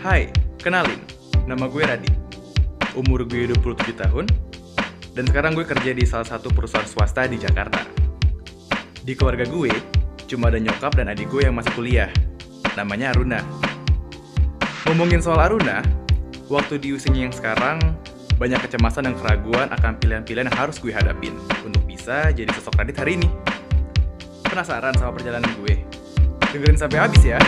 Hai, kenalin, nama gue Radit. Umur gue 27 tahun, dan sekarang gue kerja di salah satu perusahaan swasta di Jakarta. Di keluarga gue, cuma ada nyokap dan adik gue yang masih kuliah. Namanya Aruna. Ngomongin soal Aruna, waktu di usianya yang sekarang, banyak kecemasan dan keraguan akan pilihan-pilihan yang harus gue hadapin untuk bisa jadi sosok Radit hari ini. Penasaran sama perjalanan gue? Dengerin sampai habis ya.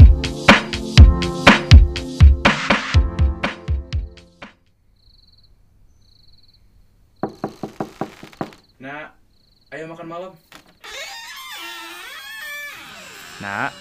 Nak, ayo makan malam. Nak,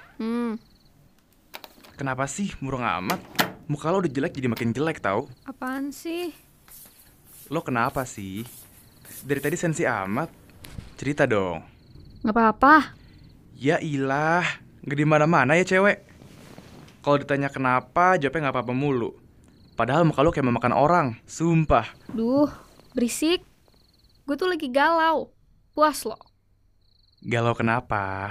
kenapa sih murung amat? Muka lo udah jelek jadi makin jelek tau. Apaan sih? Lo kenapa sih? Dari tadi sensi amat. Cerita dong. Gak apa-apa. Ya ilah, gak di mana-mana ya cewek. Kalau ditanya kenapa, jawabnya gak apa-apa mulu. Padahal muka lo kayak memakan orang, sumpah. Duh, berisik. Gue tuh lagi galau. Puas lo. Galau kenapa?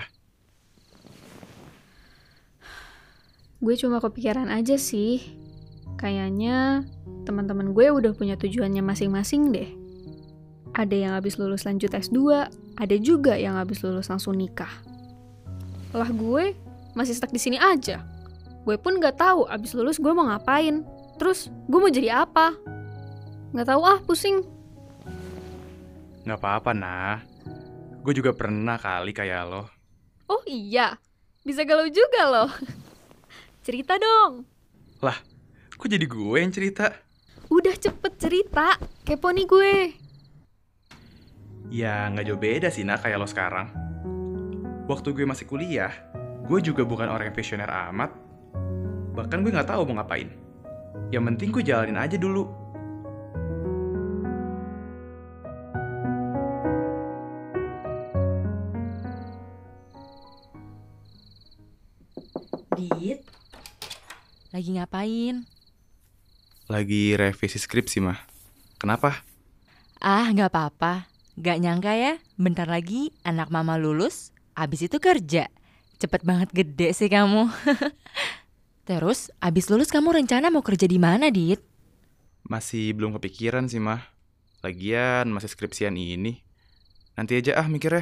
Gue cuma kepikiran aja sih. Kayaknya teman-teman gue udah punya tujuannya masing-masing deh. Ada yang habis lulus lanjut S2, ada juga yang habis lulus langsung nikah. Lah gue masih stuck di sini aja. Gue pun gak tahu abis lulus gue mau ngapain. Terus gue mau jadi apa? Gak tahu pusing. Gak apa-apa nah. Gue juga pernah kali kayak lo. Oh iya, bisa galau juga loh. Cerita dong. Lah, kok jadi gue yang cerita? Udah cepet cerita, kepo nih gue. Ya gak jauh beda sih nah kayak lo sekarang. Waktu gue masih kuliah, gue juga bukan orang yang visioner amat. Bahkan gue gak tahu mau ngapain. Yang penting gue jalanin aja dulu. Dit, lagi ngapain? Lagi revisi skripsi mah. Kenapa? Gak apa-apa. Gak nyangka ya, bentar lagi anak mama lulus, abis itu kerja. Cepet banget gede sih kamu. Terus, abis lulus kamu rencana mau kerja di mana, Dit? Masih belum kepikiran sih mah. Lagian masih skripsian ini. Nanti aja mikirnya.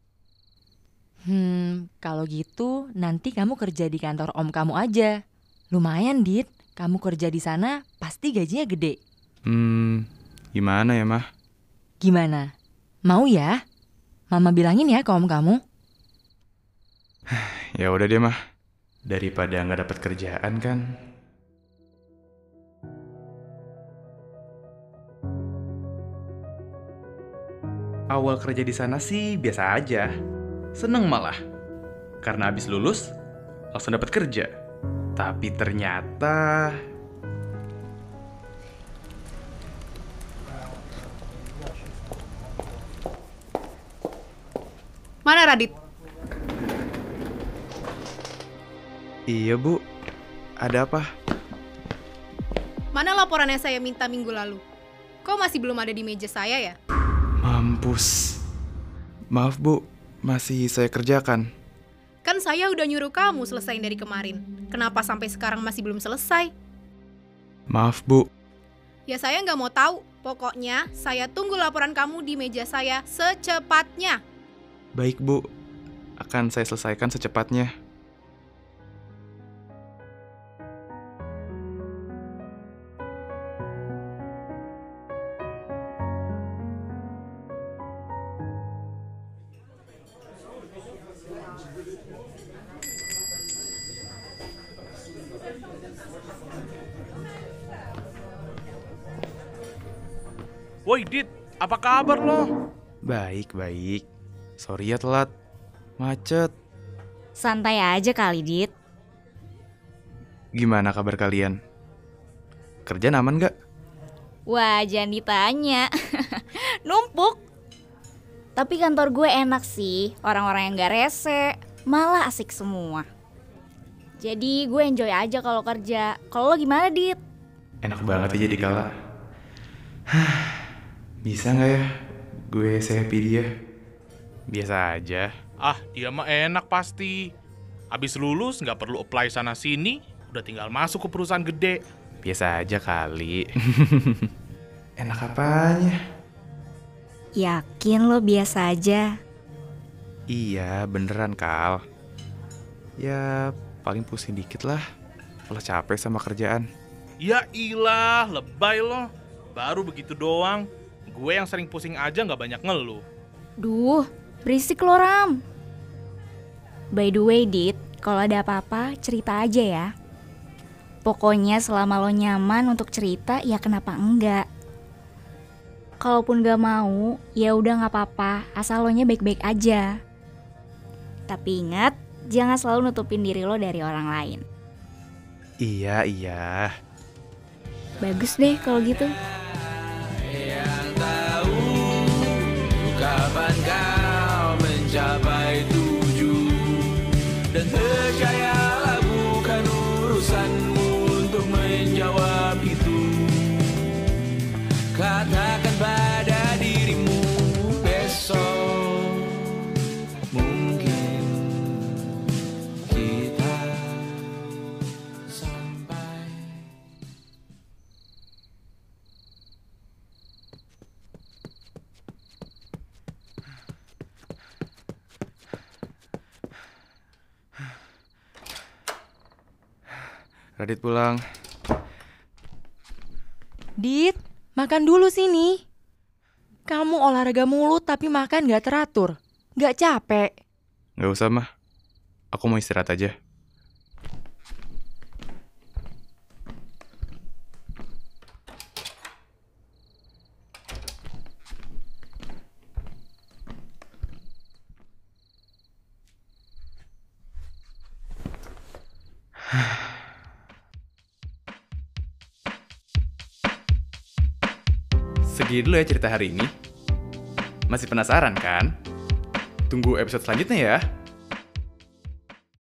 Kalau gitu nanti kamu kerja di kantor om kamu aja. Lumayan, Dit. Kamu kerja di sana pasti gajinya gede. Gimana ya mah? Gimana? Mau ya? Mama bilangin ya ke om kamu. Ya udah deh mah. Daripada nggak dapat kerjaan kan. Awal kerja di sana sih biasa aja. Seneng malah. Karena abis lulus langsung dapat kerja. Tapi ternyata Mana Radit? iya bu, ada apa? Mana laporannya saya minta minggu lalu? Kok masih belum ada di meja saya ya? Mampus. Maaf bu, masih saya kerjakan. Kan saya udah nyuruh kamu selesain dari kemarin. Kenapa sampai sekarang masih belum selesai? Maaf bu. Ya saya nggak mau tahu. Pokoknya saya tunggu laporan kamu di meja saya secepatnya. Baik bu, akan saya selesaikan secepatnya. Woi Dit, apa kabar lo? Baik. Sorry ya telat. Macet. Santai aja kali, Dit. Gimana kabar kalian? Kerjaan aman gak? Wah, jangan ditanya. Numpuk. Tapi kantor gue enak sih. Orang-orang yang gak rese, malah asik semua. Jadi gue enjoy aja kalau kerja. Kalau lo gimana, Dit? Enak banget aja di kala. Bisa gak ya gue happy dia? Biasa aja. Dia mah enak pasti. Abis lulus nggak perlu apply sana sini, Udah tinggal masuk ke perusahaan gede. Biasa aja kali. Enak apanya? Yakin lo biasa aja? Iya, beneran Kal. Ya, paling pusing dikit lah. Malah capek sama kerjaan. Ya ilah, lebay lo. Baru begitu doang. Gue yang sering pusing aja gak banyak ngeluh. Duh, berisik lo Ram. By the way Dit, kalau ada apa-apa cerita aja ya. Pokoknya selama lo nyaman untuk cerita ya kenapa enggak. Kalaupun gak mau, ya udah gak apa-apa, asal lo nya baik-baik aja. Tapi ingat, jangan selalu nutupin diri lo dari orang lain. Iya. Bagus deh kalau gitu. Kapan kau mencapai tujuh, dan percayalah bukan urusanmu untuk menjawab itu. Katakan pada dirimu besok mungkin kita sampai. Radit pulang. Dit, makan dulu sini. Kamu olahraga mulu tapi makan gak teratur. Gak capek? Gak usah mah. Aku mau istirahat aja. Segini dulu ya cerita hari ini. Masih penasaran kan? Tunggu episode selanjutnya ya.